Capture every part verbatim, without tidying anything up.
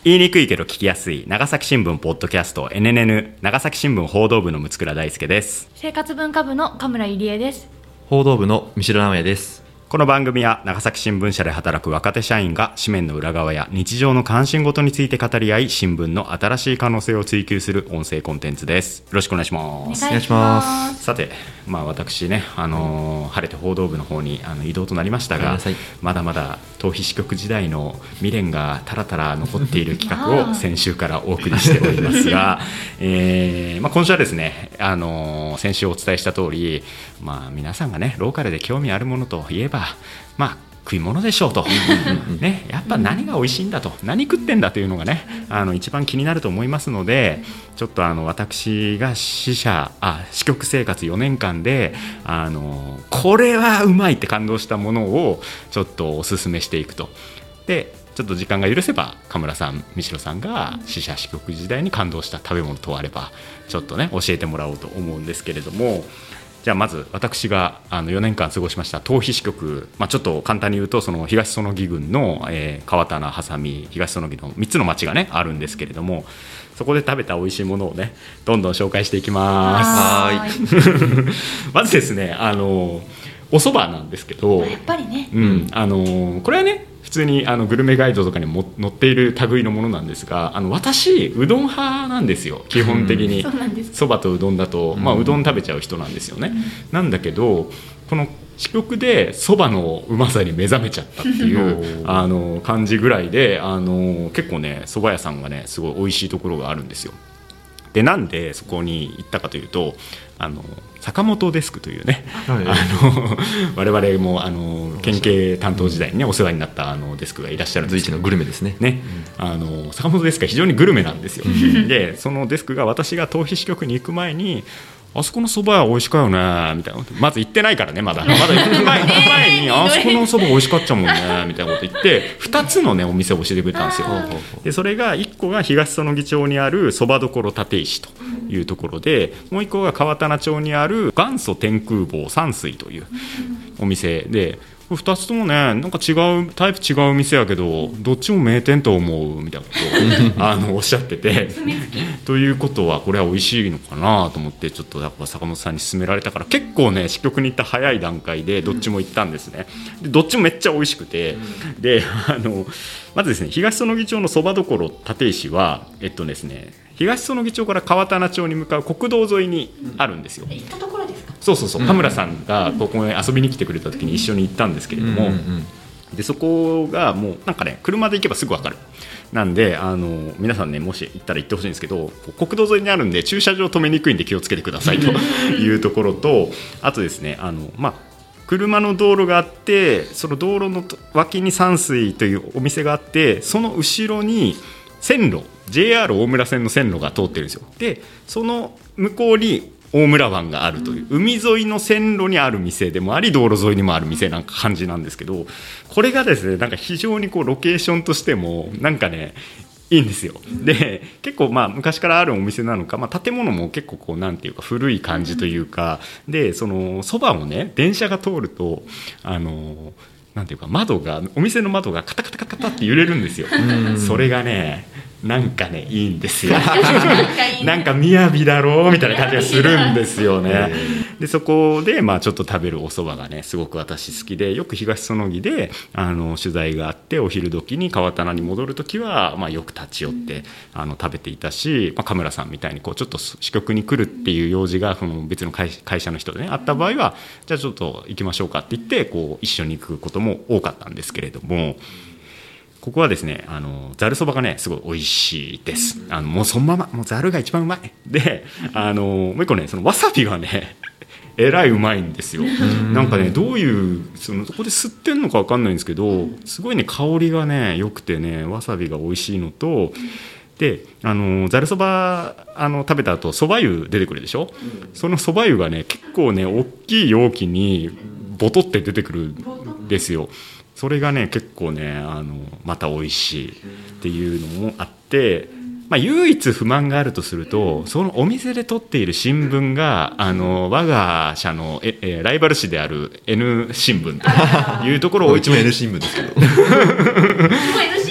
言いにくいけど聞きやすい長崎新聞ポッドキャスト エヌエヌエヌ 長崎新聞報道部の六倉大輔です。 生活文化部の神村入江です。 報道部の三城直也です。 この番組は長崎新聞社で働く若手社員が紙面の裏側や日常の関心事について語り合い、新聞の新しい可能性を追求する音声コンテンツです。よろしくお願いします。 お願いします。 さて、まあ、私ね、あのー、晴れて報道部の方にあの移動となりましたが、まだまだ逃避支局時代の未練がたらたら残っている企画を先週からお送りしておりますが、えーまあ、今週はですね、あのー、先週お伝えした通り、まあ、皆さんがねローカルで興味あるものといえばまあ食い物でしょうとね、やっぱ何が美味しいんだと、何食ってんだというのがね、あの一番気になると思いますので、ちょっとあの私が支社あ支局生活よねんかんであのこれはうまいって感動したものをちょっとおすすめしていくと。でちょっと時間が許せば神村さん、三城さんが支社支局時代に感動した食べ物とあればちょっとね教えてもらおうと思うんですけれども、じゃあまず私があのよねんかん過ごしました逃避支局、まあ、ちょっと簡単に言うとその東園木郡の、えー、川棚、波佐見、東園木のみっつの町がねあるんですけれども、そこで食べた美味しいものをねどんどん紹介していきます。 はーいまずですね、あのお蕎麦なんですけど、 やっぱりね、 うん、あのこれはね普通にあのグルメガイドとかにも載っている類のものなんですが、あの私うどん派なんですよ基本的に。そば、うん、とうどんだと、まあ、うどん食べちゃう人なんですよね、うん、なんだけどこの支局でそばのうまさに目覚めちゃったっていうあの感じぐらいで、あの結構ねそば屋さんがねすごい美味しいところがあるんですよ。でなんでそこに行ったかというと、あの坂本デスクというね、はい、あの我々もあの県警担当時代に、ね、お世話になったあのデスクがいらっしゃるんですけど、 随一のグルメですね。 ね、うん、あの坂本デスクは非常にグルメなんですよ。でそのデスクが私が逃避支局に行く前に、あそこのそば屋美味しかよねみたいなこと、まず行ってないからね、まだまだ行く前に前にあそこのそば美味しかったもんねみたいなこと言ってふたつのねお店を教えてくれたんですよ。でそれがいっこが東園木町にあるそばどころ立石というところで、もういっこが川棚町にある元祖天空坊山水というお店で、ふたつともねなんか違うタイプ違う店やけどどっちも名店と思うみたいなことをあのおっしゃっててということはこれは美味しいのかなと思って、ちょっとやっぱ坂本さんに勧められたから結構ね支局に行った早い段階でどっちも行ったんですね。でどっちもめっちゃ美味しくて、であのまずですね東園木町のそばどころ立石はえっとですね東園木町から川棚町に向かう国道沿いにあるんですよ。 行ったところですか？ そうそうそう、神村さんがここに遊びに来てくれた時に一緒に行ったんですけれども、うんうんうん、でそこがもうなんかね車で行けばすぐ分かる。なんであの皆さんねもし行ったら行ってほしいんですけど、国道沿いにあるんで駐車場止めにくいんで気をつけてくださいというところと、あとですねあのまあ車の道路があって、その道路の脇に山水というお店があって、その後ろに線路 ジェイアール 大村線の線路が通ってるんですよ。でその向こうに大村湾があるという海沿いの線路にある店でもあり、道路沿いにもある店なんか感じなんですけど、これがですねなんか非常にこうロケーションとしてもなんかねいいんですよ。で結構まあ昔からあるお店なのか、まあ、建物も結構こうなんていうか古い感じというかで、そのそばもね電車が通るとあのなんていうか窓がお店の窓がカタカタカタカタって揺れるんですよ。それがねなんかねいいんですよなんか雅だろうみたいな感じがするんですよね。でそこでまあちょっと食べるお蕎麦がねすごく私好きで、よく東園木であの取材があってお昼時に川棚に戻る時はまあよく立ち寄ってあの食べていたし、まあ、神村さんみたいにこうちょっと支局に来るっていう用事がその別の 会, 会社の人でねあった場合はじゃあちょっと行きましょうかって言ってこう一緒に行くことも多かったんですけれども、ここはですねあのざるそばがねすごい美味しいです。あのもうそのままもうざるが一番うまいで、あのもう一個ねそのわさびがねえらいうまいんですよ。なんかねどういうそのそこで吸ってんのか分かんないんですけど、すごいね香りがね良くてねわさびが美味しいのと、であのざるそばあの食べた後そば湯出てくるでしょ、そのそば湯がね結構ね大きい容器にボトって出てくるんですよ。それがね結構ねあのまた美味しいっていうのもあって、まあ、唯一不満があるとするとそのお店で撮っている新聞があの我が社のええライバル誌である N 新聞というところをうちも N 新聞ですけどもう N 新聞です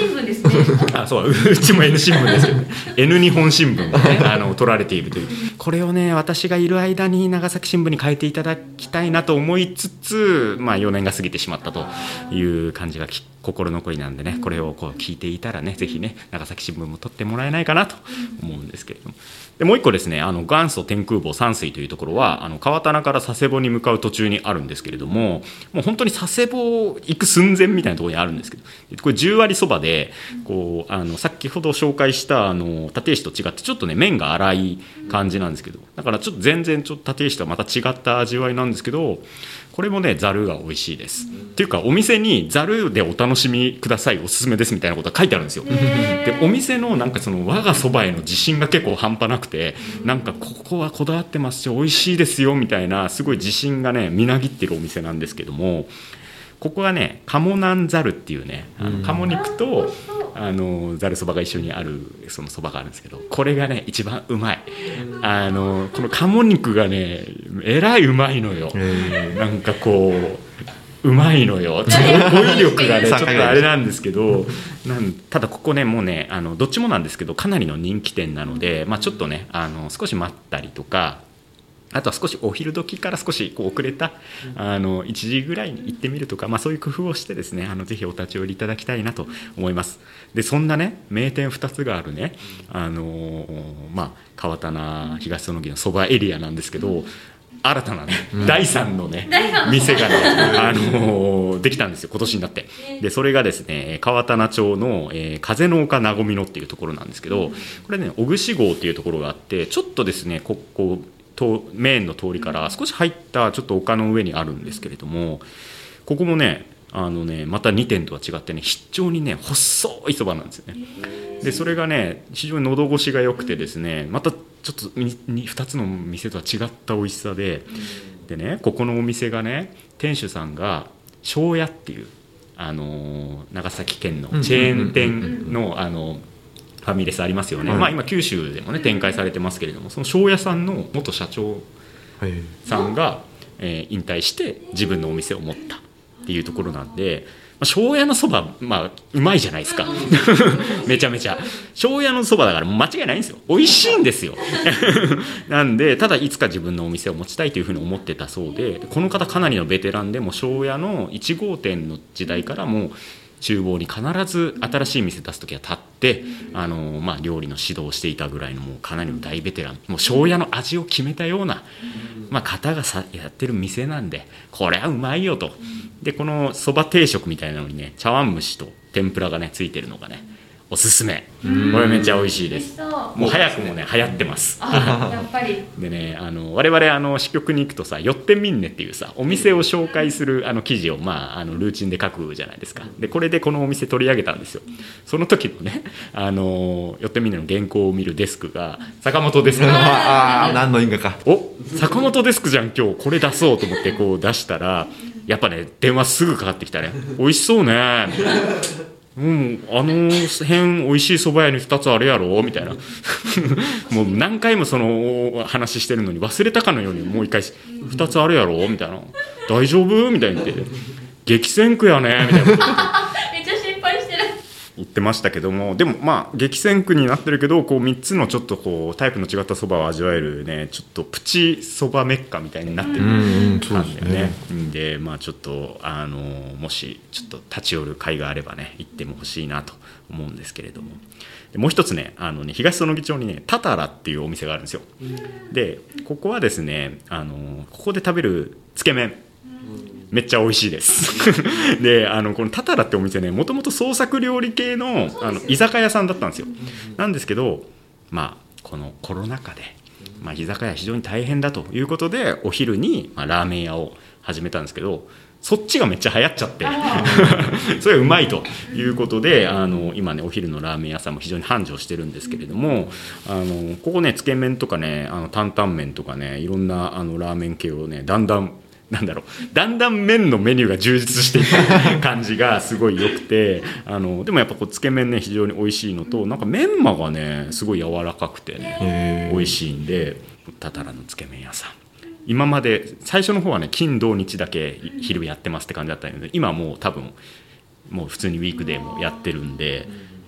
あそう、うちも N 新聞ですけど、ね、N 日本新聞が、ね、あの取られているという、これをね私がいる間に長崎新聞に変えていただきたいなと思いつつ、まあ、よねんが過ぎてしまったという感じが心残りなんでね、これをこう聞いていたらねぜひね長崎新聞も取ってもらえないかなと思うんですけれども、でもう一個ですね、あの元祖天空坊山水というところはあの川棚から佐世保に向かう途中にあるんですけれども、もう本当に佐世保行く寸前みたいなところにあるんですけど、これじゅう割そばでこうあの先ほど紹介したあの立石と違ってちょっとね麺が粗い感じなんですけど、だからちょっと全然ちょっと立石とはまた違った味わいなんですけど、これもねざるが美味しいです、うん、っていうかお店にざるでお楽しみくださいおすすめですみたいなことが書いてあるんですよ。でお店のなんかその我がそばへの自信が結構半端なくて、なんかここはこだわってますし美味しいですよみたいなすごい自信がねみなぎってるお店なんですけども、ここはね鴨南ざるっていうね、あの鴨肉とあのざるそばが一緒にあるそのそばがあるんですけど、これがね一番うまい。あのこの鴨肉がねえらいうまいのよ。なんかこううまいのよ。ちょっと語彙力がねちょっとあれなんですけど、なんただここねもうねあのどっちもなんですけどかなりの人気店なので、まあ、ちょっとねあの少し待ったりとか、あとは少しお昼時から少しこう遅れたあのいちじぐらいに行ってみるとか、まあ、そういう工夫をしてですね、あのぜひお立ち寄りいただきたいなと思います。でそんなね名店ふたつがあるね、あのまあ、川棚東園木のそばエリアなんですけど、新たなね、うん、だいさんのね店がね、あのー、できたんですよ今年になって。でそれがですね川棚町の、えー、風の丘なごみのっていうところなんですけど、これね小串号っていうところがあって、ちょっとですねここメインの通りから少し入ったちょっと丘の上にあるんですけれども、ここもねあのねまたにてんとは違ってね非常にね細いそばなんですよね。でそれがね非常に喉越しが良くてですね、またちょっとふたつの店とは違った美味しさで、でねここのお店がね店主さんが庄屋っていう、あのー、長崎県のチェーン店のあのファミレスありますよね、はい、まあ、今九州でもね展開されてますけれども、その庄屋さんの元社長さんが、えー、引退して自分のお店を持ったっていうところなんで、まあ、庄屋のそば、まあ、うまいじゃないですかめちゃめちゃ庄屋のそばだからもう間違いないんですよ、美味しいんですよなんでただいつか自分のお店を持ちたいというふうに思ってたそうで、この方かなりのベテランでも庄屋のいち号店の時代からもう厨房に必ず新しい店出すときは立って、あの、まあ、料理の指導をしていたぐらいのもうかなりの大ベテラン、もう庄屋の味を決めたような、まあ、方がさやってる店なんでこれはうまいよと。でこのそば定食みたいなのにね茶碗蒸しと天ぷらがねついてるのがねおすすめ。これめっちゃ美味しいです。もう早くもね流行ってます。 あやっぱりでね、あの我々あの支局に行くとさ寄ってみんねっていうさお店を紹介するあの記事を、まあ、あのルーチンで書くじゃないですか。でこれでこのお店取り上げたんですよ。その時のねあの寄ってみんねの原稿を見るデスクが坂本デスクああ何の因果か、 お坂本デスクじゃん今日これ出そうと思ってこう出したらやっぱね電話すぐかかってきたね。美味しそうねみたいな。うん、あの辺美味しい蕎麦屋にふたつあるやろみたいなもう何回もその話してるのに忘れたかのようにもう一回ふたつあるやろみたいな、大丈夫みたいに言って激戦区やねみたいなこと言ってめっちゃ心配してる言ってましたけども、でもまあ激戦区になってるけどこうみっつのちょっとこうタイプの違ったそばを味わえるねちょっとプチそばメッカみたいになってるんだよね。でまあちょっとあのもしちょっと立ち寄る会があればね行っても欲しいなと思うんですけれども、でもう一つねあのね東園木町にねタタラっていうお店があるんですよ。でここはですねあのここで食べるつけ麺めっちゃ美味しいですであのこのタタラってお店ねもともと創作料理系 の, あの居酒屋さんだったんですよ。なんですけどまあこのコロナ禍で、まあ、居酒屋非常に大変だということでお昼に、まあ、ラーメン屋を始めたんですけど、そっちがめっちゃ流行っちゃってそれはうまいということであの今ねお昼のラーメン屋さんも非常に繁盛してるんですけれども、あのここねつけ麺とかねあの担々麺とかねいろんなあのラーメン系をねだんだんなんだろうだんだん麺のメニューが充実していった感じがすごい良くてあのでもやっぱこうつけ麺ね非常に美味しいのとなんかメンマがねすごい柔らかくてね美味しいんでタタラのつけ麺屋さん今まで最初の方はね金土日だけ昼やってますって感じだったので今はもう多分もう普通にウィークデーもやってるんで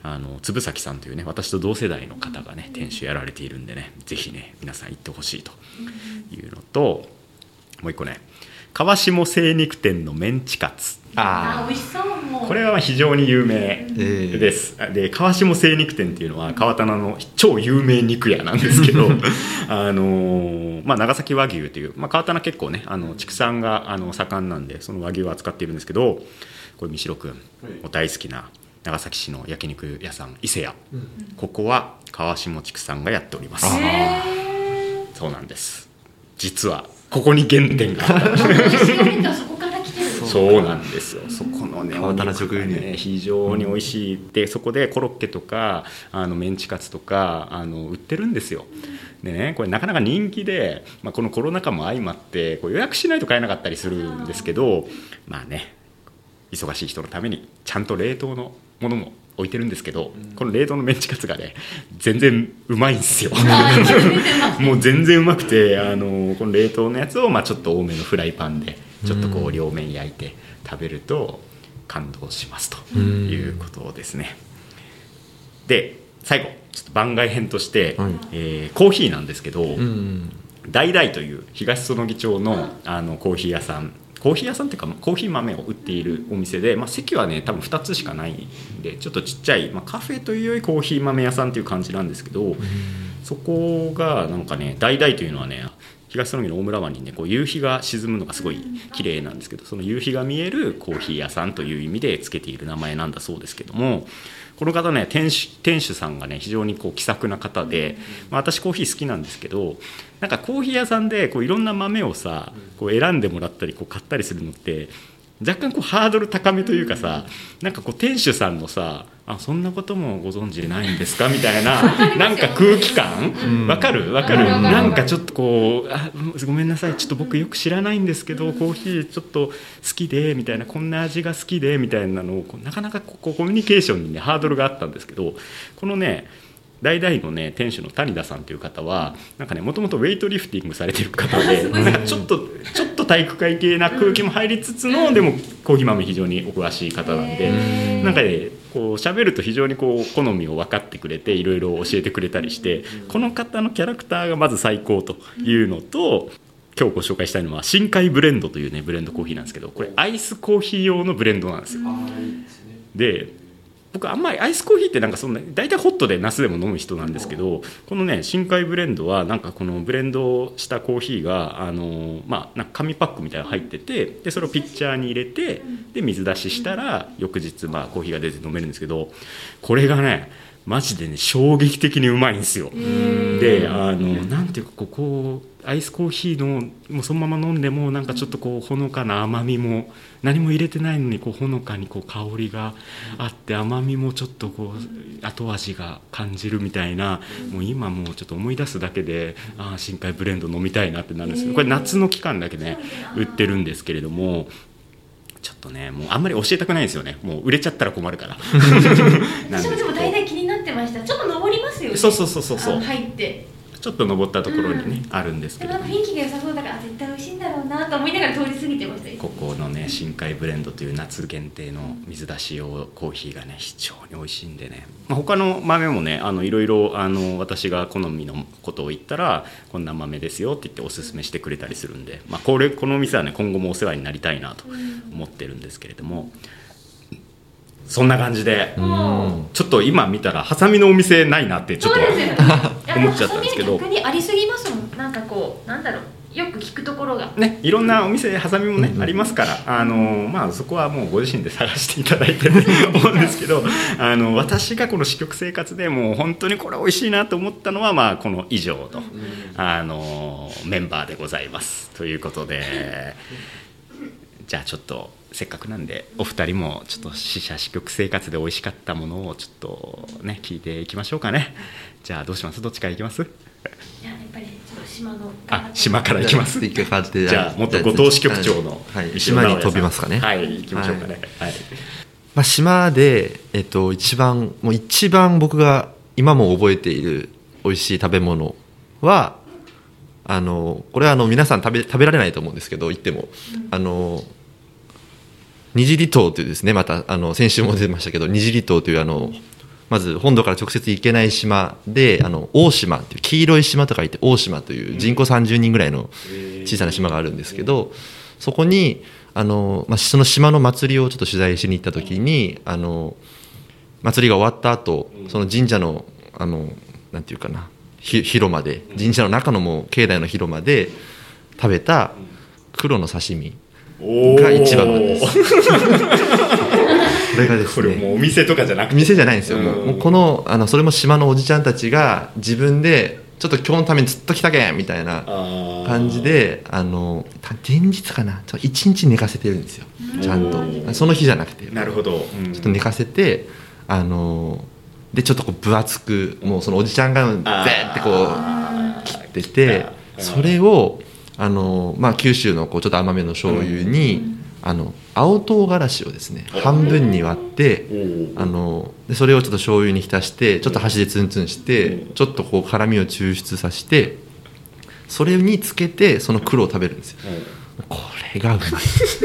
あの粒崎さんというね私と同世代の方がね店主やられているんでねぜひね皆さん行ってほしいというのと、もう一個ね川下精肉店のメンチカツ、 あー美味しそう。もうこれは非常に有名です、えー、で川下精肉店っていうのは川棚の超有名肉屋なんですけどあのーまあ、長崎和牛という、まあ、川棚結構ねあの畜産があの盛んなんでその和牛を扱っているんですけど、これ三代くんお大好きな長崎市の焼肉屋さん伊勢屋、うん、ここは川下畜産がやっております。そうなんです、実はここに原点があったそこから来てる。 そうなんですよ。そこのね川棚直輸入ね非常に美味しい、うん、でそこでコロッケとかあのメンチカツとかあの売ってるんですよ。でねこれなかなか人気で、まあ、このコロナ禍も相まってこう予約しないと買えなかったりするんですけど、まあね忙しい人のためにちゃんと冷凍のものも置いてるんですけど、うん、この冷凍のメンチカツがね全然うまいんですよもう全然うまくてあのこの冷凍のやつを、まあ、ちょっと多めのフライパンでちょっとこう両面焼いて食べると感動しますということですね。で最後ちょっと番外編として、うんえー、コーヒーなんですけど、うん、ダイダイという東園木町 の, あのコーヒー屋さんコーヒー屋さんっていうかコーヒー豆を売っているお店で、まあ、席はね多分ふたつしかないんでちょっとちっちゃい、まあ、カフェというよりコーヒー豆屋さんっていう感じなんですけど、うん、そこがなんかねダイダイというのはね東園木の大村湾にねこう夕日が沈むのがすごい綺麗なんですけど、その夕日が見えるコーヒー屋さんという意味でつけている名前なんだそうですけども、この方ね 店主、店主さんがね非常にこう気さくな方で、まあ、私コーヒー好きなんですけど、なんかコーヒー屋さんでこういろんな豆をさこう選んでもらったりこう買ったりするのって若干こうハードル高めというかさ、なんかこう店主さんのさあそんなこともご存知でないんですかみたいななんか空気感わかるわかるなんかちょっとこうあごめんなさいちょっと僕よく知らないんですけどコーヒーちょっと好きでみたいなこんな味が好きでみたいなのをなかなかこうコミュニケーションにねハードルがあったんですけど、このねダイダイのね店主の谷田さんという方はなんかねもともとウェイトリフティングされてる方でなんかちょっとちょっと体育会系な空気も入りつつのでもコーヒー豆非常にお詳しい方なんで、なんかねこう喋ると非常にこう好みを分かってくれていろいろ教えてくれたりして、この方のキャラクターがまず最高というのと、今日ご紹介したいのは深海ブレンドというねブレンドコーヒーなんですけど、これアイスコーヒー用のブレンドなんですよ。で僕あんまりアイスコーヒーってなんかそんな大体ホットで夏でも飲む人なんですけど、このね深海ブレンドはなんかこのブレンドしたコーヒーがあのまあなんか紙パックみたいなの入ってて、でそれをピッチャーに入れてで水出ししたら翌日まあコーヒーが出て飲めるんですけど、これがねマジでね衝撃的にうまいんですよ。であのなんていうかこうこうアイスコーヒーのもうそのまま飲んでもなんかちょっとこうほのかな甘みも何も入れてないのにこうほのかにこう香りがあって甘みもちょっとこう後味が感じるみたいな、もう今もうちょっと思い出すだけでああ深海ブレンド飲みたいなってなるんですけど、これ夏の期間だけね売ってるんですけれども、ちょっとねもうあんまり教えたくないんですよね。もう売れちゃったら困るから私もでも大体気になってました。ちょっと登りますよね。 そうそうそうそうそう入ってちょっと登ったところにね、うん、あるんですけど、 でも雰囲気が良さそうだから絶対美味しいんだろうなと思いながら通り過ぎてました。 ここのね深海ブレンドという夏限定の水出し用コーヒーがね非常に美味しいんでね、まあ、他の豆もねあのいろいろあの私が好みのことを言ったらこんな豆ですよって言っておすすめしてくれたりするんで、まあ、これこのお店はね今後もお世話になりたいなと思ってるんですけれども、そんな感じで、うん、ちょっと今見たらハサミのお店ないなってちょっと思っちゃったんですけど、 逆にありすぎますもん。なんかこうなんだろうよく聞くところがね、いろんなお店ハサミもね、うん、ありますから、あのまあそこはもうご自身で探していただいて思うんですけどあの私がこの支局生活でもう本当にこれ美味しいなと思ったのは、まあこの以上の、うん、あのメンバーでございますということで、じゃあちょっとせっかくなんでお二人もちょっと支社支局生活で美味しかったものをちょっとね聞いていきましょうかね。じゃあどうします？どっちからいきます？ いややっぱりちょっと島のあ島からいきます。 じゃあ、 じゃあ元後藤支局長の、 はい、島に飛びますかね。 はい行きましょうかね。はい、はい、 まあ、島で、えっと、一番もう一番僕が今も覚えている美味しい食べ物はあのこれはあの皆さん食べ、食べられないと思うんですけど言っても、うん、あのにじりとうというですね、またあの先週も出ましたけどにじりとうというあの、 まず本土から直接行けない島であの大島っていう黄色い島と書いて大島という人口さんじゅうにんぐらいの小さな島があるんですけど、そこにあの、まあ、その島の祭りをちょっと取材しに行った時にあの祭りが終わった後その神社のあのなんていうかなひ広間で神社の中のもう境内の広間で食べた黒の刺身が一番なんですこれがですね、 これもうお店とかじゃなくて店じゃないんですよ、もう、もうこの、あのそれも島のおじちゃんたちが自分でちょっと今日のためにずっと来たけんみたいな感じであの前日かな一日寝かせてるんですよちゃんとその日じゃなくてなるほど、うん、 ちょっと寝かせてあのでちょっとこう分厚くもうそのおじちゃんがベーってこう切っててそれをあの、まあ、九州のこうちょっと甘めの醤油に、うん、あの青唐辛子をですね半分に割ってあのでそれをちょっと醤油に浸してちょっと箸でツンツンしてちょっとこう辛みを抽出させてそれにつけてその黒を食べるんですよ。これがうまい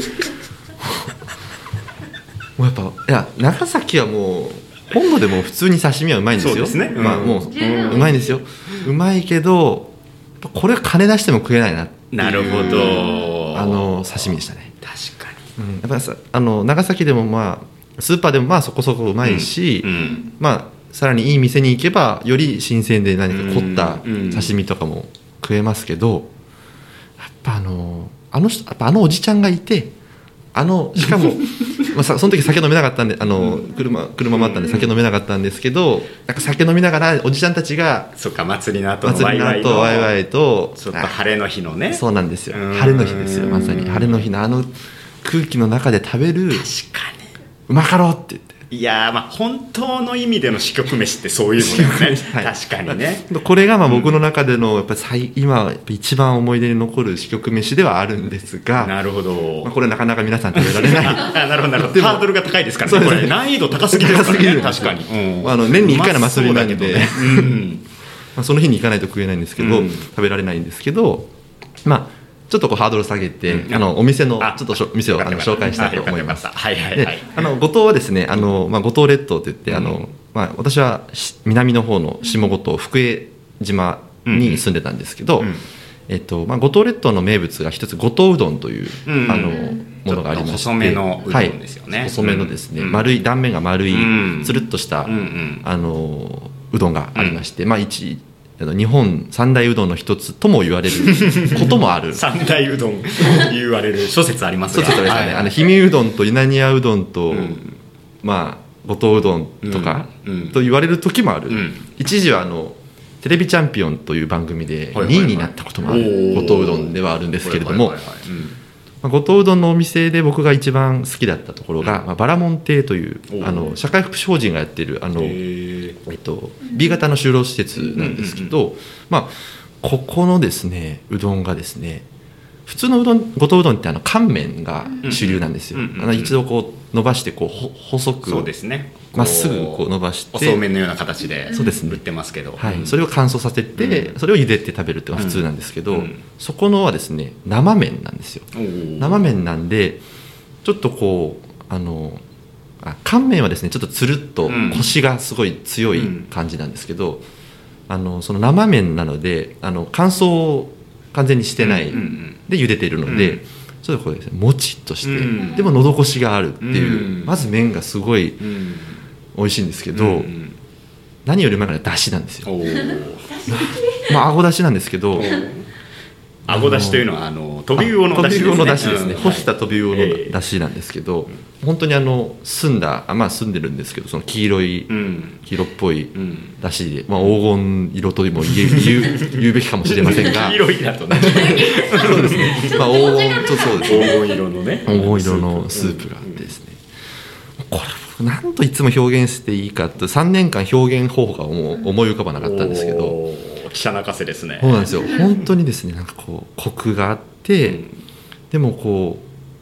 もうやっぱいや長崎はもう本土でも普通に刺身はうまいんですよ。 そうですね、うん、 まあ、もう、うん、うまいんですよ。うまいけどこれは金出しても食えないなっていうなるほどあの刺身でしたね。 確かに、うん、やっぱさあの長崎でもまあスーパーでもまあそこそこうまいし、うんうん、まあさらにいい店に行けばより新鮮で何か凝った刺身とかも食えますけど、やっぱあのあの人やっぱあのおじちゃんがいてあのしかもまあその時酒飲めなかったんであの 車, 車もあったんで酒飲めなかったんですけどなんか酒飲みながらおじちゃんたちがそっか祭りの後のワイワイのワイワイとちょっと晴れの日のねそうなんですよ晴れの日ですよまさに晴れの日のあの空気の中で食べる確かにうまかろうって言っていやまあ本当の意味での四極飯ってそういうのだよね、はい、確かにねこれがまあ僕の中でのやっぱり今やっぱ一番思い出に残る四極飯ではあるんですがなるほど、 まあ、これなかなか皆さん食べられないなるほどなるほどハードルが高いですからねこれ難易度高すぎですからね確かに、うん、 あの年にいっかいの祭りなんで、 ねうんまあ、その日に行かないと食えないんですけど、うん、食べられないんですけどまあちょっとこうハードル下げて、うん、あのお店のちょっと店をあの紹介したいと思います。 はいはいはい。 あの五島はですね、あのまあ五島列島といって、うん、あのまあ私は南の方の下五島福江島に住んでたんですけど、うんうん、えっとまあ五島列島の名物が一つ五島うどんという、うん、あのものがありまして、 細めのうどんですよね。 はい、細めのですね、うん、丸い断面が丸い、うん、つるっとした、うんうん、あのうどんがありまして、うん、まあ一日本三大うどんの一つとも言われることもある三大うどん言われる諸説ありますが諸説ありますね、はい、あの氷見うどんと稲庭うどんと、うん、まあ五島うどんとか、うん、と言われる時もある、うん、一時はあのテレビチャンピオンという番組でにいになったこともある五島うどんではあるんですけれども五島うどんのお店で僕が一番好きだったところが、うんまあ、バラモン亭というあの社会福祉法人がやっているあの、えっと、B 型の就労施設なんですけど、うんうんうんまあ、ここのですねうどんがですね普通のうどん五島うどんってあの乾麺が主流なんですよ、うんうんうん、あの一度こう伸ばしてこう細くそうですねまっすぐこう伸ばしておそうめんのような形で売ってますけど、 はい、それを乾燥させて、うん、それを茹でて食べるっていうのが普通なんですけど、うん、そこのはですね生麺なんですよ。生麺なんでちょっとこうあのあ乾麺はですねちょっとつるっとコシがすごい強い感じなんですけど、うん、あのその生麺なのであの乾燥を完全にしてない、うんうんうん、で茹でているので、うんちょっとこれですねもちっとして、うん、でも喉越しがあるっていう、うん、まず麺がすごい美味しいんですけど、うん、何より前からだしなんですよまああごだしなんですけどあごだしというのはあのトビウオのだしですね。 トビウオのだしですね、うん、干したトビウオのだしなんですけど、えー、本当にあの澄んだあまあ澄んでるんですけどその黄色い、うん、黄色っぽいだしで、まあ、黄金色とも 言, 言, う言うべきかもしれませんが黄色いだとねそうですね、まあ、黄金とそうですね黄金色のね黄金色のスープがあってですね、うん、これなんといつも表現していいかとさんねんかん表現方法がもう思い浮かばなかったんですけど記者泣かせですね。 そうなんですよ本当にですねなんかこうコクがあって、うん、でもこ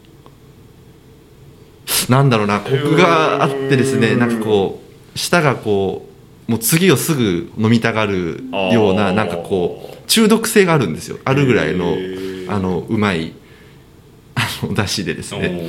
うなんだろうなコクがあってですねなんかこう舌がこうもう次をすぐ飲みたがるようななんかこう中毒性があるんですよあるぐらいのあのうまいあの出汁でですね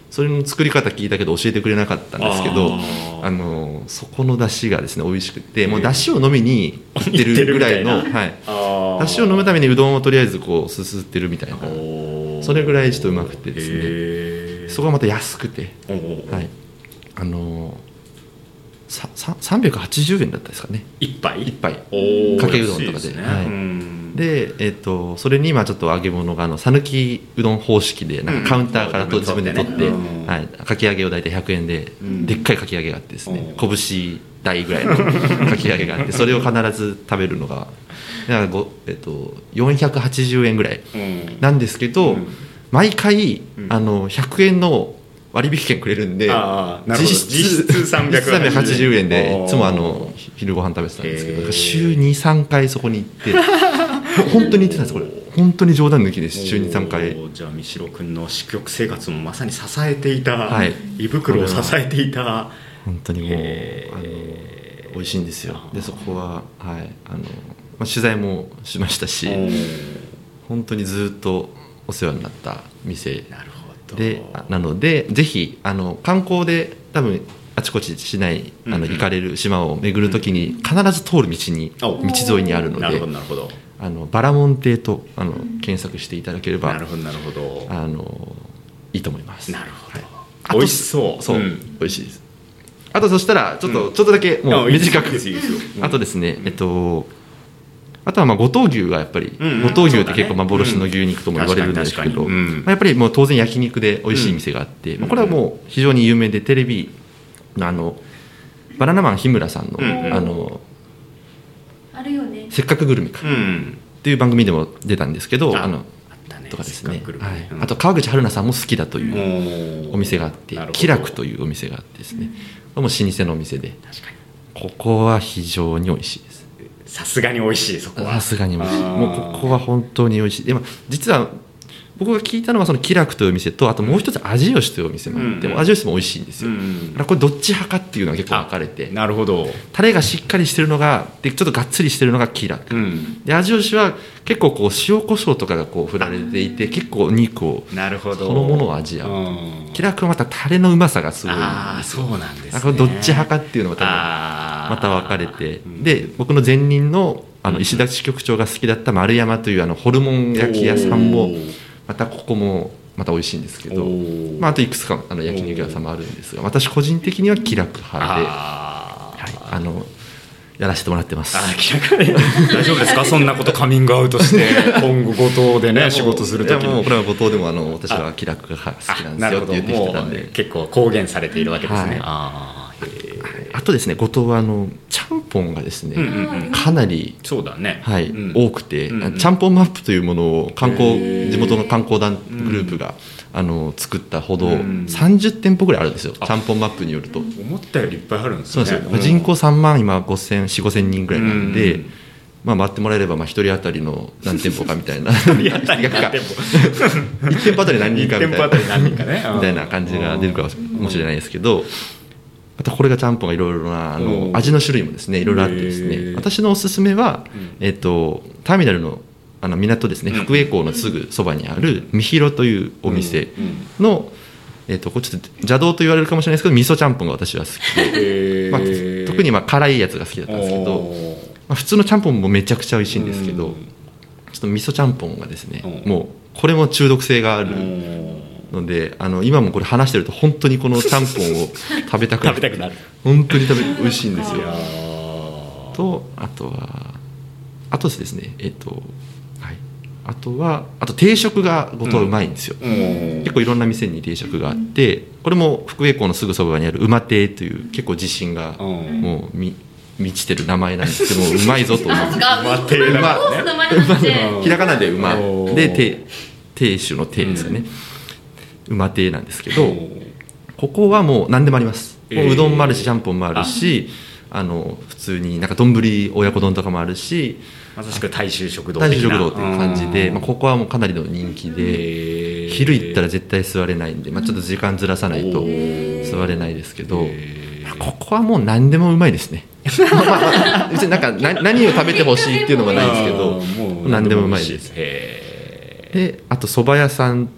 それの作り方聞いたけど教えてくれなかったんですけど、 ああのそこの出汁がですね美味しくて、もう出汁を飲みに行ってるぐらいの、はい、 あ出汁を飲むためにうどんをとりあえずこうすすってるみたいな、 おそれぐらいちょっとうまくてですね、 へーそこがまた安くて、 おーはい、あのさささんびゃくはちじゅうえんだったですかね、 一杯一杯おーかけうどんとかで、 安いすねはいうんで、えっとそれに今ちょっと揚げ物があの讃岐うどん方式でなんかカウンターからとうん自分で取って、 うんはい、かき揚げを大体ひゃくえんで、 んでっかいかき揚げがあってですね、 うん拳大ぐらいのかき揚げがあって、それを必ず食べるのがなんかご、えっと、よんひゃくはちじゅうえんぐらいうんなんですけど、 うん毎回うんあのひゃくえんの割引券くれるんで、 あーなるほど実質実質さんびゃくはちじゅうえんさんびゃくはちじゅうえんでおーいつもあの昼ご飯食べてたんですけど、 へー週にさんかいそこに行って本当に行ってたんです、これ本当に冗談抜きです週にさんかい。 おーじゃあ三代君の宿直生活もまさに支えていた、 はい胃袋を支えていた本当にもうへーあの美味しいんですよ。でそこは、はい、あのまあ、取材もしましたし、 おー本当にずっとお世話になった店なるほどで、あなのでぜひあの観光で多分あちこち市内あうんうんの行かれる島を巡るときに必ず通る道に、 お道沿いにあるのなるで、 ほどなるほどあのバラモン亭とあの検索していただければなるほどなるほどあのいいと思います。 なるほど、 あと美味しそうそう、 ん美味しいです。あとそしたらちょっと、 うんちょっとだけもうあいいです短くいいですいいですようんあとですね、えっとあとはまあ五島牛がやっぱり、 うんうん五島牛って結構そうだね幻の牛肉とも言われるんですけど、 うん確かに確かにうんまあ、やっぱりもう当然焼肉で美味しい店があって、 うんまあこれはもう非常に有名でテレビのあのバナナマン日村さんの,、 うんうんあのあるよね。 せっかくグルメか、っうんていう番組でも出たんですけど、あのああったねとかですねせっかくグルメはいうんあと川口春奈さんも好きだというおお店があってなるほど喜楽というお店があってですね、これも老舗のお店で確かここは非常に美味しいです。 にさすがに美味しいそこはさすがに美味しい。 あーもうここは本当に美味しい。でも実は僕が聞いたのはその喜楽というお店と、あともう一つ味吉というお店もあって、 うん味吉も美味しいんですよ。 うんだからこれどっち派かっていうのが結構分かれて、 なるほどタレがしっかりしてるのがでちょっとがっつりしてるのが喜楽、 うんで味吉は結構こう塩コショウとかがこう振られていて結構お肉をなるほどそのものを味わう。 うん喜楽はまたタレのうまさがすごいんああですよ。 そうなんですねだからどっち派かっていうのが多分あーまた分かれて、 うんで僕の前任のあの石田支局長が好きだった丸山というあのホルモン焼き屋さんもおーまたここもまた美味しいんですけど、 おーまあ、あといくつかあの焼肉屋さんもあるんですが、私個人的には気楽派で、 あーはい、あのやらせてもらってます。 あー気楽ね大丈夫ですかそんなことカミングアウトして今後五島でね仕事するときいやもうにこれは後藤でもあの私は気楽が好きなんですよって言ってきてたんで。 もう結構公言されているわけですね、 はいああへえあとですね後藤はあのちゃんぽんがですね、 うんうんうんかなりそうだねはいうん多くて、 うんうんちゃんぽんマップというものを観光へー地元の観光団グループが、あの作ったほど、 うんさんじゅってんぽぐらいあるんですよ、 あちゃんぽんマップによると。 思ったよりいっぱいあるんですねそうなんですよ、人口さんまん今ごせん、よん、ごせんにんぐらいなんで、 うんまあ、回ってもらえればまあひとり当たりの何店舗かみたいなやったり何店舗いち店舗あたり何人かみたいな一店舗あたり何人かねみたいな感じが出るかもしれないですけど、またこれがちゃんぽんがいろいろなあのうん味の種類もですねいろいろあってですへーね、私のおすすめは、 うんえっとターミナルのあの港ですね、 うん福江港のすぐそばにあるみひろというお店の、えっとこれちょっと邪道と言われるかもしれないですけど味噌ちゃんぽんが私は好きで、 へーまあ、特にまあ辛いやつが好きだったんですけど、 おーまあ、普通のちゃんぽんもめちゃくちゃ美味しいんですけど、 うんちょっと味噌ちゃんぽんがですね、 うんもうこれも中毒性があるうんので、あの今もこれ話してると本当にこのちゃんぽんを食べたくなる食べたくなる本当に食べ美味しいんですよいやーとあとはあとですねえっとはいあとはあと定食がごとはうまいんですよ、 うん結構いろんな店に定食があって、これも福江港のすぐそばにある馬亭という結構自信がうんもうみ満ちてる名前なんですけどもうまいぞと思あ、 う違う。 馬亭だ馬からねコースの前なんで。 うんひらがなで馬おーで亭亭主の亭ですよね、馬亭なんですけど、ここはもう何でもあります、 えーもううどんもあるしちゃんぽんもあるしあの普通になんか丼親子丼とかもあるしまさしく大衆食堂的な大衆食堂という感じで、 うんまあ、ここはもうかなりの人気で、 へー昼行ったら絶対座れないんで、まあ、ちょっと時間ずらさないとへ座れないですけど、 へーここはもう何でもうまいですねまあまあ別になんか何何を食べてほしいっていうのがないんですけどあーもう何でもうまいですへであと蕎麦屋さん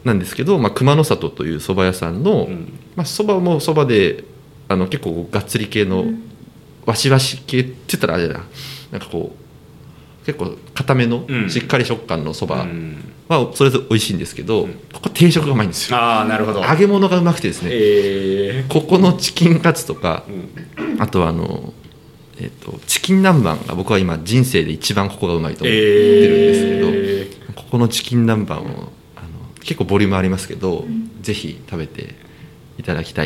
なんですけど、まあ、熊の里という蕎麦屋さんの、 うんまあ、蕎麦も蕎麦であの結構がっつり系の、わしわし系って言ったらあれだな、なんかこう結構固めのうんしっかり食感の蕎麦うんはそれぞれ美味しいんですけど、 うんここ定食がうまいんですよ。 ああなるほど。 揚げ物がうまくてですね、 えここのチキンカツとか、 ーうんあとはあの、えっとチキン南蛮が僕は今人生で一番ここがうまいと思ってるんですけど、 えーここのチキン南蛮をあの結構ボリュームありますけど、ぜひ食べていただきたい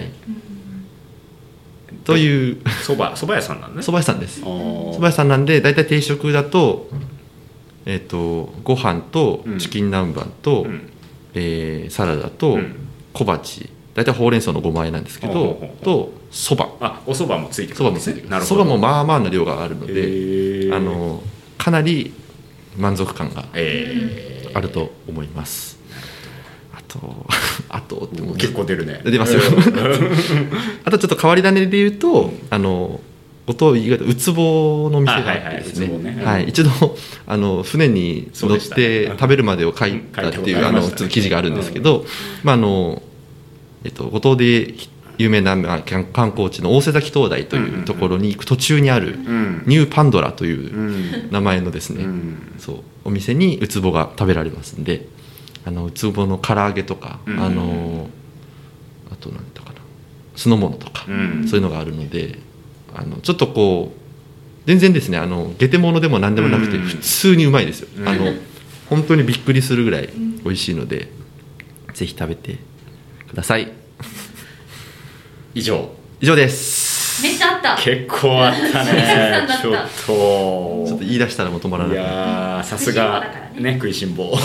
というそばそば屋さんなんね。 蕎麦屋さんです。 あ蕎ー麦屋さんなんでだいたい定食だと、えっとご飯とチキン南蛮と、 うんえーサラダとうん小鉢、だいたいほうれん草のごま和えなんですけど、 ほうほうほうとそばあお蕎麦もついてくそばもつるんですね。 いてくるそなるほど。 ばもまあまあな量があるのえで、 ーあのかなり満足感がえーあると思います。あとあとってもう結構出るね。 出ますよあとちょっと変わり種で言うと、あの五島意外とウツボの店があってですね、 あはいはいウツボねはい一度あの船に乗っそうでしたねて食べるまでを書いたっていう、 うん書いたことありましたねあのちょっと記事があるんですけど、まああのえっと五島で有名なまあ観観光地の大瀬崎灯台というところに行く途中にあるうんニューパンドラといううん名前のですね、 うんそうお店にウツボが食べられますんで、あのウツボの唐揚げとか、 うんあのあと何だかな酢の物とか、 うんそういうのがあるので、あのちょっとこう全然ですね、あのゲテモノでも何でもなくてうん普通にうまいですよ、 うんあの本当にびっくりするぐらい美味しいので、ぜひ食べてください。 以上。 以上です。 めっちゃあった。 結構あったね。ちょっと。 ちょっと言い出したらもう止まらいない。 やーさすが食いね食いしん坊。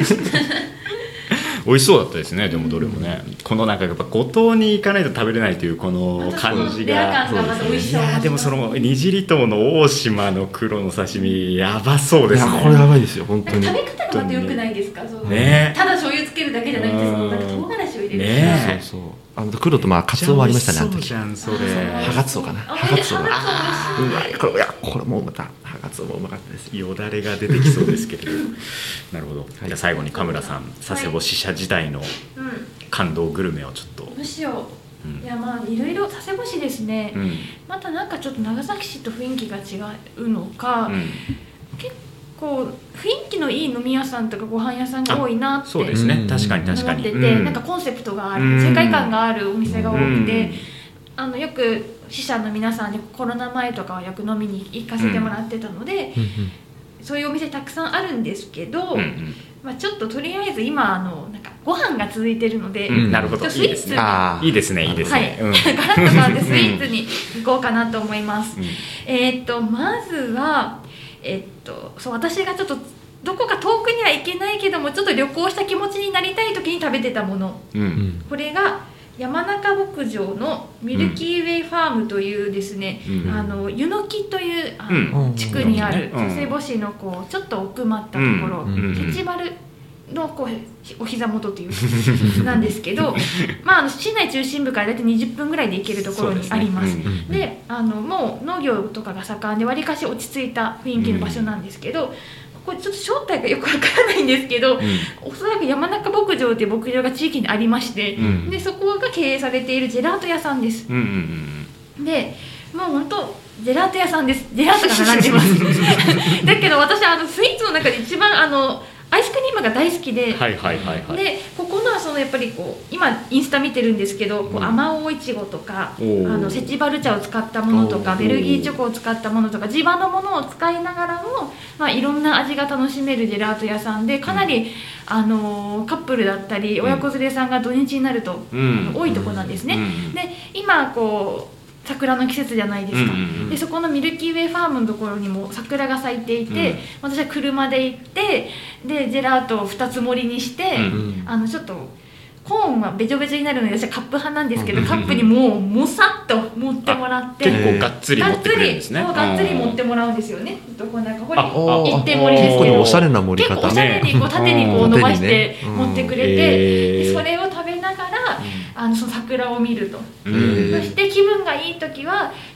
美味しそうだったですね。でもどれもね、このなんかやっぱ五島に行かないと食べれないというこの感じレアが。 感がまた美味しいそう。 やーでもそのにじり島の大島の黒の刺身やばそうですね。 いやこれやばいですよ本当に。 食べ方がまた良くないですか。そうねただ醤油つけるだけじゃないんですよ。なんか唐辛子を入れる。 ねそうそう。あの黒とまあカツオもありましたねあの時。 そうじゃんそれ。 ハガツオかな。 あハガツオが。 ハガツオ美味しいうわいこれいやこれもまたハガツオもうまかったですよ。 よだれが出てきそうですけれど。なるほど。 いじゃあ最後に神村さん佐世保支社時代のうん。 感動グルメをちょっと。 むしろ、 うんいやまあいろいろ佐世保市ですね、 うんまたなんかちょっと長崎市と雰囲気が違うのか、 うん結構雰囲気のいい飲み屋さんとかご飯屋さんが多いなってそうですね。 うん確かに確かに。 思ってて、 うんなんかコンセプトがある、 うん世界観があるお店が多くて、 うんあのよく支社の皆さんにコロナ前とかはよく飲みに行かせてもらってたので、そういうお店たくさんあるんですけど、 うんうんまあ、ちょっととりあえず今あのなんかご飯が続いてるので、 うんなるほど。 ちょっといいですね。 あーいいですねいいですね。うんはい、ガラッと変わってスイーツに行こうかなと思います。 うんえーっとまずはえーっとそう私がちょっとどこか遠くには行けないけどもちょっと旅行した気持ちになりたい時に食べてたもの、 ううんんこれが山中牧場のミルキーウェイファームというですね、 うんあの湯の木というあうんの地区にあるうん佐世保市のこうちょっと奥まったところ、 うんうんケチバルのこうお膝元というなんですけど、まあ、あの市内中心部から大体にじゅっぷんぐらいで行けるところにあります。 そうですねうんであのもう農業とかが盛んでわりかし落ち着いた雰囲気の場所なんですけど、これちょっと正体がよくわからないんですけど、 うんおそらく山中牧場という牧場が地域にありまして、 うんでそこが経営されているジェラート屋さんです。 うんうんでもう本当ジェラート屋さんです。ジェラートが並んでますだけど私あのスイーツの中で一番あのアイスクリームが大好きで、 はいはいはいはい。 でここのはそのやっぱりこう今インスタ見てるんですけど、こううんあまおういちごとかおーあのセチバル茶を使ったものとかおーベルギーチョコを使ったものとか地場のものを使いながらも、まあ、いろんな味が楽しめるジェラート屋さんでかなり、あのーカップルだったり親子連れさんが土日になると、 うんあの多いところなんですね。 うんで今こう桜の季節じゃないですか、 うんうんうんでそこのミルキーウェイファームのところにも桜が咲いていて、 うん私は車で行ってでジェラートをふたつ盛りにして、 うんあのちょっとコーンはべちょべちょになるので私はカップ派なんですけど、 うんカップにもうもさっと持ってもらって結構がっつり持ってくれるんですね。 がっつりもうがっつり持ってもらうんですよね。どこなんかほあらおー一点盛りですけど結構おしゃれな盛り結構方おしゃれにこう縦にこう伸ばしてうん持ってくれて、 へーでそれを食べながらあのその桜を見ると。 うんへーそして気分がいい時はち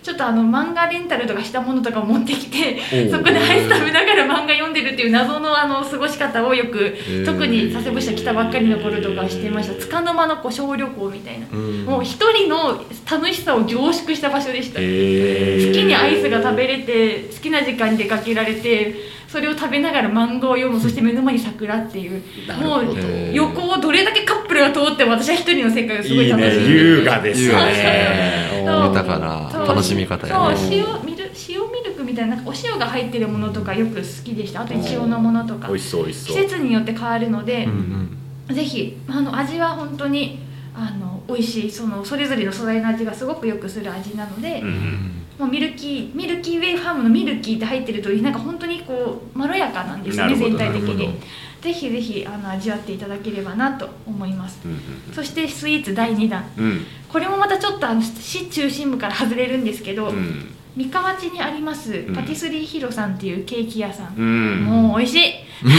ちょっとあの漫画レンタルとかしたものとかを持ってきてそこでアイス食べながら漫画読んでるっていう謎のあの過ごし方をよく、特に佐世保市来たばっかりの頃とかしてました。束の間のこう小旅行みたいな、もう一人の楽しさを凝縮した場所でした。好きにアイスが食べれて、好きな時間に出かけられて、それを食べながら漫画を読む、そして目の前に桜っていう、もう横をどれだけカップルが通っても私は一人の世界をすごい楽しんで、 いいね、優雅ですね。 豊かな楽しみ方やね。 そう、塩ミル塩ミルクみたいな、なんかお塩が入ってるものとかよく好きでした。あといちごのものとか、 美味しそう美味しそう。 季節によって変わるので、 うんうん、 ぜひあの味は本当にあの美味しい、そのそれぞれの素材の味がすごくよくする味なので、 うんうん、 もうミルキーミルキーウェイファームのミルキーって入ってる通り、なんか本当にこうまろやかなんですよね、全体的に。ぜひぜひあの味わっていただければなと思います、うんうんうん、そしてスイーツだいにだん、うん、これもまたちょっとあの市中心部から外れるんですけど、うん、三河町にありますパティスリーヒロさんっていうケーキ屋さん、うん、もう美味しい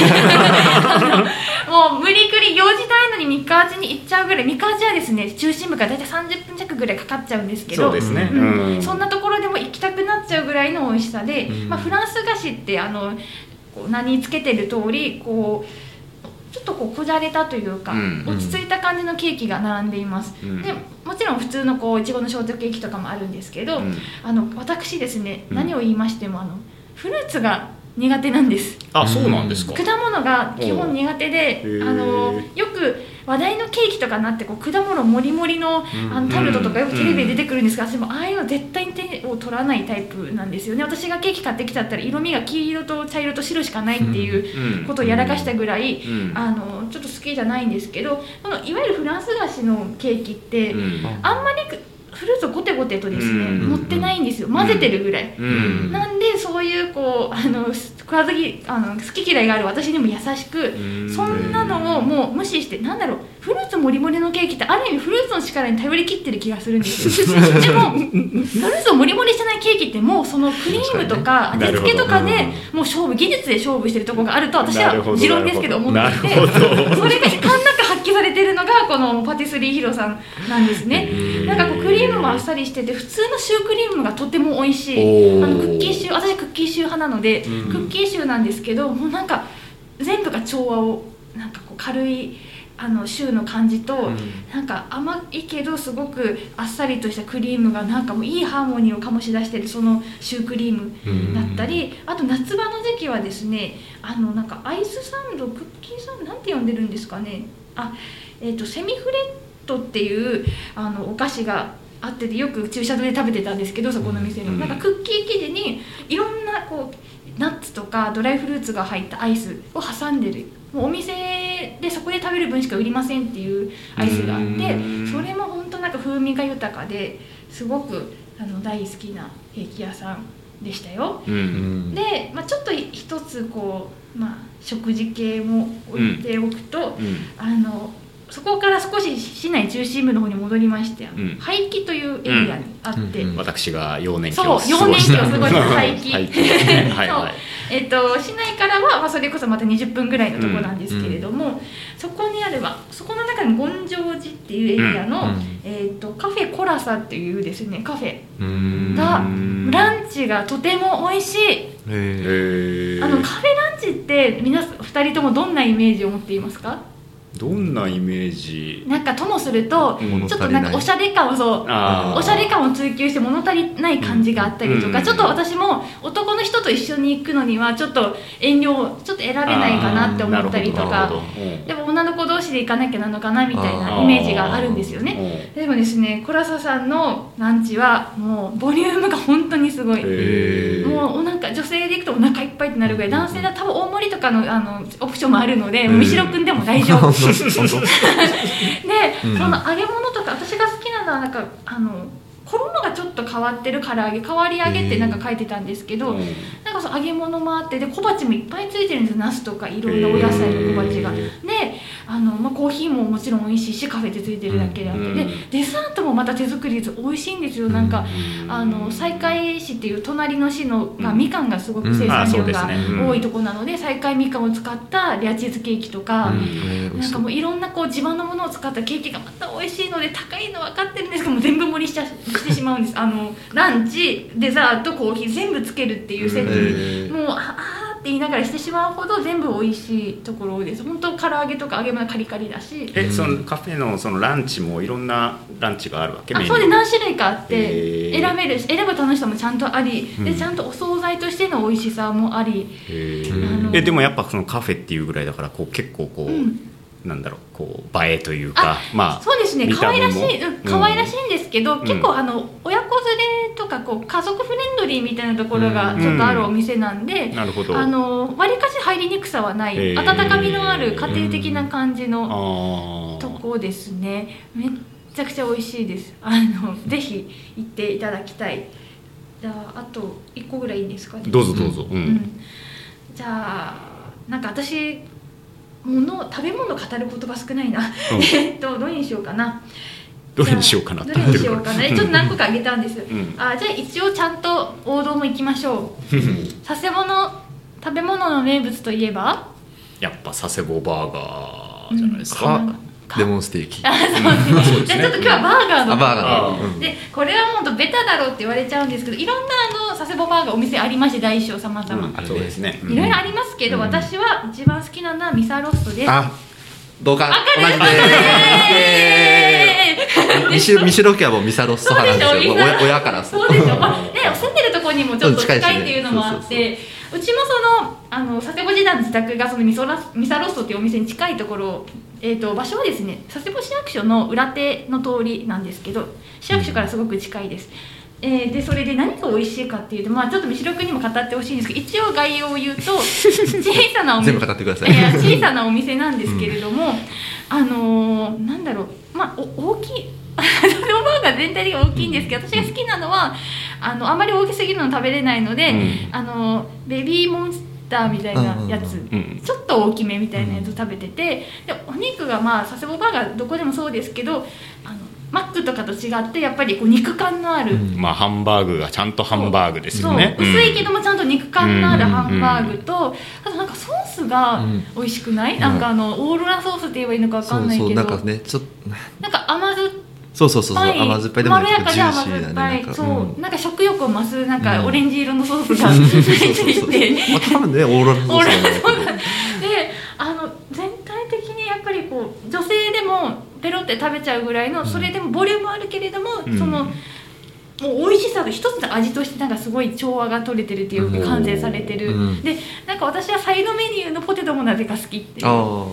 もう無理くり用事ないのに三河町に行っちゃうぐらい。三河町はですね、中心部からだいたいさんじゅっぷん弱ぐらいかかっちゃうんですけど、 そうですね、 うんうん、そんなところでも行きたくなっちゃうぐらいの美味しさで、うん、まあ、フランス菓子ってあのこう名につけてる通り、こうちょっとこうこじゃれたというか、うん、落ち着いた感じのケーキが並んでいます、うん、でもちろん普通のこういちごのショートケーキとかもあるんですけど、うん、あの私ですね、うん、何を言いましてもあのフルーツが苦手なんです。 あ、そうなんですか。 果物が基本苦手で、あのよく話題のケーキとかになってこう果物もりもり の, あのタルトとかよくテレビで出てくるんですが、私もああいうの絶対に手を取らないタイプなんですよね。私がケーキ買ってきちゃったら色味が黄色と茶色と白しかないっていうことをやらかしたぐらい、あのちょっと好きじゃないんですけど、このいわゆるフランス菓子のケーキってあんまりフルーツをゴテゴテとですね、うん、乗ってないんですよ。混ぜてるぐらい、うん、なんでそういうこうあの食わずぎあの好き嫌いがある私にも優しく、うん、そんなのをもう無視して、なんだろう、フルーツもりもりのケーキってある意味フルーツの力に頼り切ってる気がするんですよでもフルーツをもりもりしてないケーキってもうそのクリームとか味付けとかでもう勝負、技術で勝負してるところがあると私は持論ですけど思っていて、それがいかんなく発揮されてるのがこのパティスリーヒロさんなんですね。なんかこうクリームもあっさりしてて、普通のシュークリームがとても美味しい。あのクッキーシュー、私クッキーシュー派なので、うん、クッキーシューなんですけど、もうなんか全部が調和をなんかこう軽いあのシューの感じと、うん、なんか甘いけどすごくあっさりとしたクリームがなんかもういいハーモニーを醸し出してるそのシュークリームだったり、うん、あと夏場の時期はですね、あのなんかアイスサンド、クッキーサンドなんて呼んでるんですかね、あ、えーと、セミフレットっていうあのお菓子があってて、よく駐車場で食べてたんですけど、そこの店の、うん、なんかクッキー生地にいろんなこうナッツとかドライフルーツが入ったアイスを挟んでる、もうお店でそこで食べる分しか売りませんっていうアイスがあって、それも本当なんか風味が豊かですごくあの大好きなケーキ屋さんでしたよ、うん、で、まあ、ちょっと一つこう、まあ、食事系も置いておくと、うんうん、あのそこから少し市内中心部の方に戻りまして、うん、廃棄というエリアにあって、うんうん、 私が幼年期を過ごしたそう幼年期を過ごした廃棄廃棄はい、はい、 えー、と市内からは、まあ、それこそまたにじゅっぷんぐらいのところなんですけれども、うんうん、そこにあればそこの中に権城寺っていうエリアの、うん、えー、とカフェコラサっていうですねカフェがランチがとても美味しい。へー、あのカフェランチって皆さんふたりともどんなイメージを持っていますか？ どんなイメージ？ なんかともすると、うん、ちょっとなんかおしゃれ感をそうおしゃれ感を追求して物足りない感じがあったりとか、うん、ちょっと私も男の人と一緒に行くのにはちょっと遠慮ちょっと選べないかなって思ったりとか、でも女の子同士で行かなきゃなのかなみたいなイメージがあるんですよね。でもですね、コラサさんのランチはもうボリュームが本当にすごい。もうなんか女性で行くとお腹いっぱいってなるぐらい、男性は多分大盛りとか の, あのオプションもあるので、三代くんでも大丈夫で、うん、その揚げ物とか私が好きなのはなんかあの衣がちょっと変わってる唐揚げ、変わり揚げってなんか書いてたんですけど、なんかその揚げ物もあって、で小鉢もいっぱいついてるんです、ナスとかいろんなお野菜の小鉢が。であの、まあ、コーヒーももちろん美味しいしカフェでついてるだけであって、うん、でデザートもまた手作りで美味しいんですよ、うん、なんかあの西海市っていう隣の市のが、うん、みかんがすごく生産量が多いところなので、西海みかんを使ったレアチーズケーキとか、うん、なんかもういろんなこう自慢のものを使ったケーキがまた美味しいので高いの分かってるんですけども全部盛りしちゃしてしまうんですあのランチデザートコーヒー全部つけるっていうセットにもうああって言いながらしてしまうほど全部美味しいところです。本当唐揚げとか揚げ物カリカリだし、 え、そのカフェのそのランチもいろんなランチがあるわけ？ あ、そうで何種類かあって選べるし、選ぶ楽しさもちゃんとあり、うん、でちゃんとお惣菜としての美味しさもあり、 へえ、でもやっぱそのカフェっていうぐらいだからこう結構こう、うん、なんだろう、こう映えというか、 あ、まあ、そうですね、可愛らしい、うん、可愛らしいんですけど、うん、結構あの親子連れとかこう家族フレンドリーみたいなところがちょっとあるお店なんで、うん、なるほど、あの割りかし入りにくさはない、温かみのある家庭的な感じのとこですね。めっちゃくちゃ美味しいです。あのぜひ行っていただきたい。じゃああといっこぐらいいいんですかね。 どうぞどうぞ、うんうん、 じゃあなんか私もの食べ物語る言葉少ないな、うん、えっとどれにしようかなどれにしようかなどれにしようかなちょっと何個かあげたんです、うん、あじゃあ一応ちゃんと王道も行きましょう佐世保の食べ物の名物といえばやっぱ佐世保バーガーじゃないですか、うんレモンステーキ。 あ、そうですね。じゃあちょっと今日はバーガーの。 あ、バーガー、 うん、でこれはもうベタだろうって言われちゃうんですけど、いろんなあの佐世保バーガーお店ありまして大小様々、うん、 そうですね。 いろいろありますけど、うん、私は一番好きなのはミサロッソです。 あ、どうか同じでーす。ミシロ家はもうミサロッソ派なんですよ。親からそうでしょ。まあ、で住んでるところにもちょっと近いっていうのもあって。うちもその、あの佐世保時代の自宅がそのミソラミサロッソっていうお店に近いところ、えー、と場所はですね佐世保市役所の裏手の通りなんですけど、市役所からすごく近いです、えー、でそれで何が美味しいかっていうと、まあ、ちょっと見代君にも語ってほしいんですけど、一応概要を言うと小さなお店全部語ってください。 いや小さなお店なんですけれども、うん、あのー、なんだろう、まあお大きい佐世保バーガー全体的に大きいんですけど、私が好きなのはあのあまり大きすぎるの食べれないので、うん、あのベビーモンスターみたいなやつ、うん、ちょっと大きめみたいなやつを食べてて、でお肉がまあ佐世保バーガーどこでもそうですけど、あのマックとかと違ってやっぱりこう肉感のある、うん、 まあハンバーグがちゃんとハンバーグですよね。 そうそう、薄いけどもちゃんと肉感のあるハンバーグと、うん、あとなんかソースが美味しくない、うん、なんかあのオーロラソースって言えばいいのか分かんないけど、 そうそう、なんかねちょっとなんか甘酸っぱい、 そうそうそうそう、甘酸っぱいでもまろやかで甘酸っぱい、そう、うん、なんか食欲を増すなんかオレンジ色のソースがついてて、 まあ多分ねオーロラソースなんだけど、 で、あの全体的にやっぱりこう女性でもペロって食べちゃうぐらいの、それでもボリュームあるけれども、うん、そのもう美味しさが一つの味としてなんかすごい調和が取れてるっていうか完成されてる、うん、でなんか私はサイドメニューのポテトもなぜか好きっていう、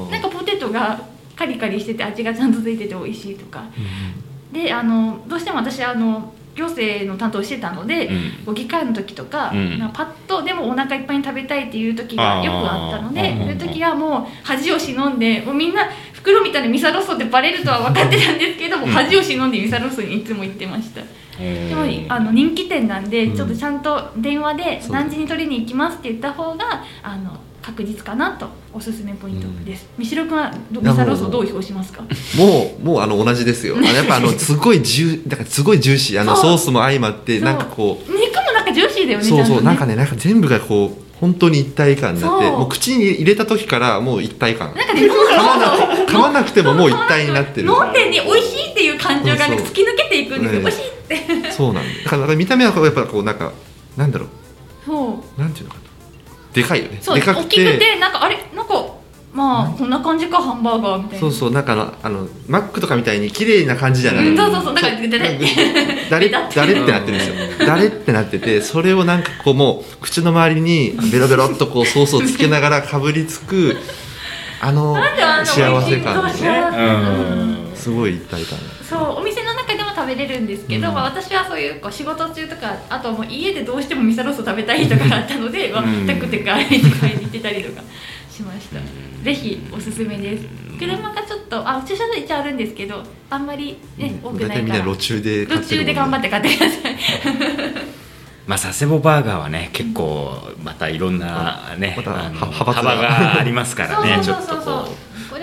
なんかポテトがカリカリしてて味がちゃんとついてて美味しいとか、うん、であのどうしても私あの行政の担当してたので、うん、議会の時とか、うん、なんかパッとでもお腹いっぱいに食べたいっていう時がよくあったので、そういう時はもう恥を忍んで、もうみんな袋みたいなミサロッソってバレるとは分かってたんですけども、うん、恥を忍んでミサロッソにいつも行ってました。でもあの人気店なんで、ちょっとちゃんと電話で何時に取りに行きますって言った方があの確実かなとおすすめポイントです。三代君はミサロッソどう評しますか？ もうもうあの同じですよ。あのやっぱあのすごいジュだからすごいジューシー、あのソースも相まってなんかこう肉もなんかジューシーだよね。 そうそう、なんかね、なんか全部がこう本当に一体感になって、もう口に入れた時からもう一体感。 なんかね、 噛まなくてももう一体になってる。 飲んでに美味しいっていう感情がなんか突き抜けていくんですよ。美味しいって。 そうなんだ。だから見た目はやっぱこうなんかなんだろう。そう。なんていうのかな。でかいよね。 そう、 でかくて大きくてなんかあれなんかまあこんな感じかハンバーガーみたいな。 そうそう、なんかあのあのマックとかみたいに綺麗な感じじゃない。 うん、そうそうそう、なんか誰誰誰ってなってるんですよ。誰ってなってて、それをなんかこうもう口の周りにベロベロっとこうソースをつけながらかぶりつくあの幸せ感ね。すごい一体感。 そう、お店の中でも食べれるんですけど、うん、まあ、私はそういうこう仕事中とか、あともう家でどうしてもミサロッソ食べたいとかがあったので、まあ、テクテク歩いて買いに行ってたりとかしました。ぜひおすすめです。車がちょっとあ駐車場一応あるんですけど、あんまりね、うん、多くないからみんな路中で路中で頑張って買ってください。 まあ、佐世保バーガーはね結構またいろんなね、 またあの幅がありますからね。ちょっとこうこれ好み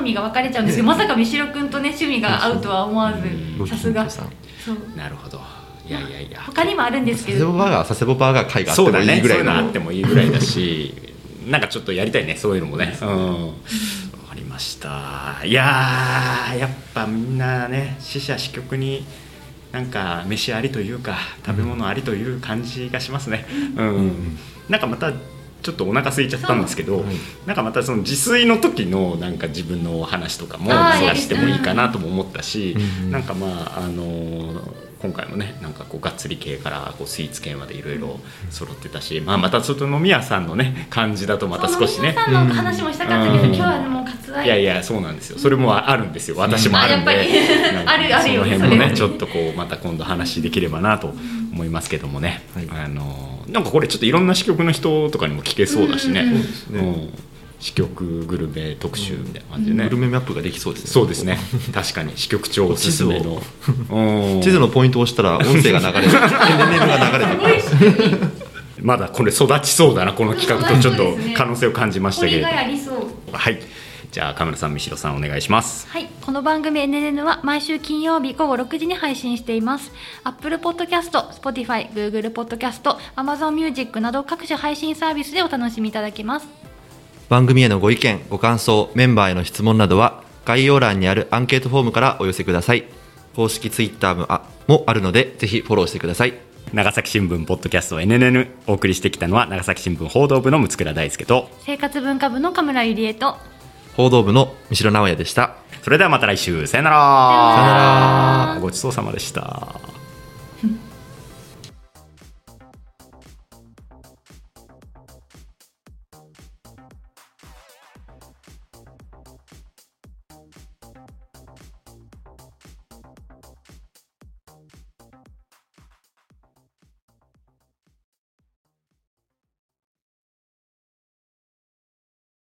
味が分かれちゃうんですけど、まさか三代くんとね趣味が合うとは思わず、さすが。そうなるほど。いやいやいや、 他にもあるんですけど、 佐世保バーガー佐世保バーガー会があってもいいぐらいの、 あってもいいぐらいだしなんかちょっとやりたいね、そういうのもね。うんわかりました。いやーやっぱみんなね、死者死局になんか飯ありというか食べ物ありという感じがしますね。うん、うん、なんかまたちょっとお腹空いちゃったんですけど、なんかまたその自炊の時のなんか自分の話とかも話してもいいかなとも思ったし、なんかまああのー今回もねなんかこうがっつり系からこうスイーツ系までいろいろ揃ってたし、まあ、またちょっと飲み屋さんのね感じだとまた少しね、 飲み屋さんの話もしたかったけど、うん、今日はもう割愛、 いやいやそうなんですよ、それもあるんですよ、私もあるんで、 ああるあるよ、 その辺もねちょっとこうまた今度話できればなと思いますけどもね、はい、あのなんかこれちょっといろんな支局の人とかにも聞けそうだしね、支局グルメ特集みたいな感じでね、 グルメマップができそうですね。 そうですね、確かに支局長おすすめの地図のポイントを押したら音声が流れるネームが流れるまだこれ育ちそうだな、この企画とちょっと可能性を感じましたけれど、はい、じゃあカメラさん、三代さんお願いします。 はい、この番組 エヌエヌエヌ は毎週金曜日午後ろくじに配信しています。 Apple Podcast、Spotify、Google Podcast、Amazon Music など各種配信サービスでお楽しみいただけます。 番組へのご意見ご感想、メンバーへの質問などは概要欄にあるアンケートフォームからお寄せください。公式ツイッターも あ, もあるのでぜひフォローしてください。 長崎新聞ポッドキャスト エヌエヌエヌ お送りしてきたのは長崎新聞報道部の六倉大輔と生活文化部の神村ゆりえと報道部の三代直哉でした。 それではまた来週、さよなら。 さよなら。 ごちそうさまでした。